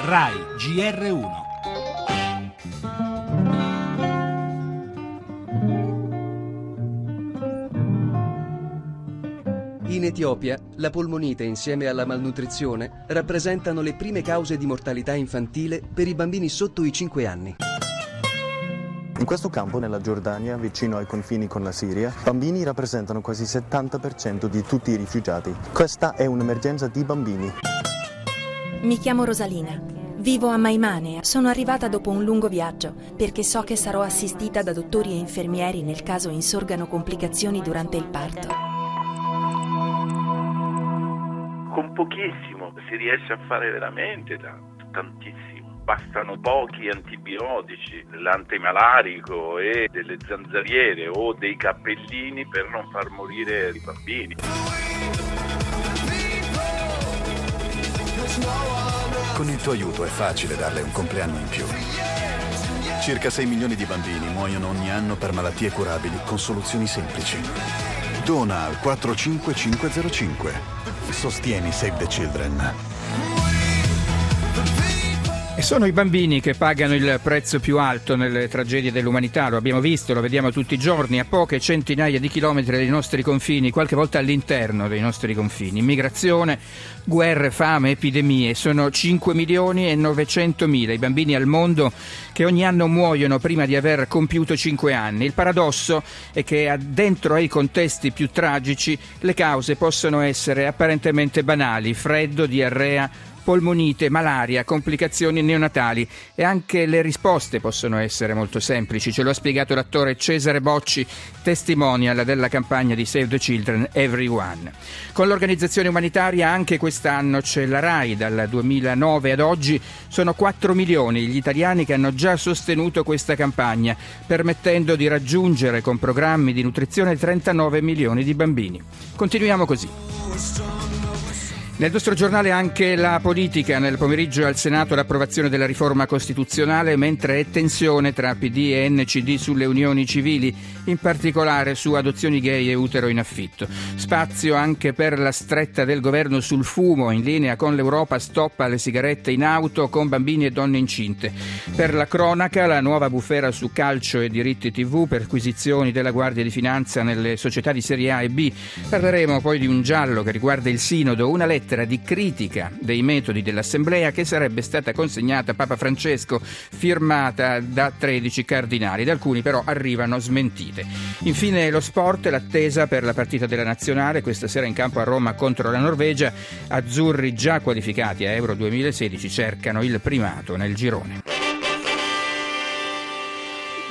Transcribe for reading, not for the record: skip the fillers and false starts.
RAI GR1. In Etiopia, la polmonite insieme alla malnutrizione rappresentano le prime cause di mortalità infantile per i bambini sotto i 5 anni. In questo campo, nella Giordania, vicino ai confini con la Siria, bambini rappresentano quasi il 70% di tutti i rifugiati. Questa è un'emergenza di bambini. Mi chiamo Rosalina. Vivo a Maimane. Sono arrivata dopo un lungo viaggio perché so che sarò assistita da dottori e infermieri nel caso insorgano complicazioni durante il parto. Con pochissimo si riesce a fare veramente tantissimo. Bastano pochi antibiotici, l'antimalarico e delle zanzariere o dei cappellini per non far morire i bambini. Con il tuo aiuto è facile darle un compleanno in più. Circa 6 milioni di bambini muoiono ogni anno per malattie curabili con soluzioni semplici. Dona al 45505. Sostieni Save the Children. E sono i bambini che pagano il prezzo più alto nelle tragedie dell'umanità, lo abbiamo visto, lo vediamo tutti i giorni, a poche centinaia di chilometri dai nostri confini, qualche volta all'interno dei nostri confini. Migrazione, guerre, fame, epidemie. Sono 5 milioni e 900 mila i bambini al mondo che ogni anno muoiono prima di aver compiuto 5 anni. Il paradosso è che dentro ai contesti più tragici le cause possono essere apparentemente banali: freddo, diarrea, polmonite, malaria, complicazioni neonatali, e anche le risposte possono essere molto semplici. Ce lo ha spiegato l'attore Cesare Bocci, testimonial della campagna di Save the Children Everyone. Con l'organizzazione umanitaria anche quest'anno c'è la RAI. Dal 2009 ad oggi sono 4 milioni gli italiani che hanno già sostenuto questa campagna, permettendo di raggiungere con programmi di nutrizione 39 milioni di bambini. Continuiamo così. Nel nostro giornale anche la politica. Nel pomeriggio al Senato l'approvazione della riforma costituzionale, mentre è tensione tra PD e NCD sulle unioni civili, in particolare su adozioni gay e utero in affitto. Spazio anche per la stretta del governo sul fumo, in linea con l'Europa, stop alle sigarette in auto con bambini e donne incinte. Per la cronaca, la nuova bufera su calcio e diritti TV, perquisizioni della Guardia di Finanza nelle società di Serie A e B. Parleremo poi di un giallo che riguarda il Sinodo, una lettera di critica dei metodi dell'Assemblea che sarebbe stata consegnata a Papa Francesco, firmata da 13 cardinali. Da alcuni però arrivano smentite. Infine lo sport, l'attesa per la partita della Nazionale questa sera in campo a Roma contro la Norvegia. Azzurri già qualificati a Euro 2016 cercano il primato nel girone.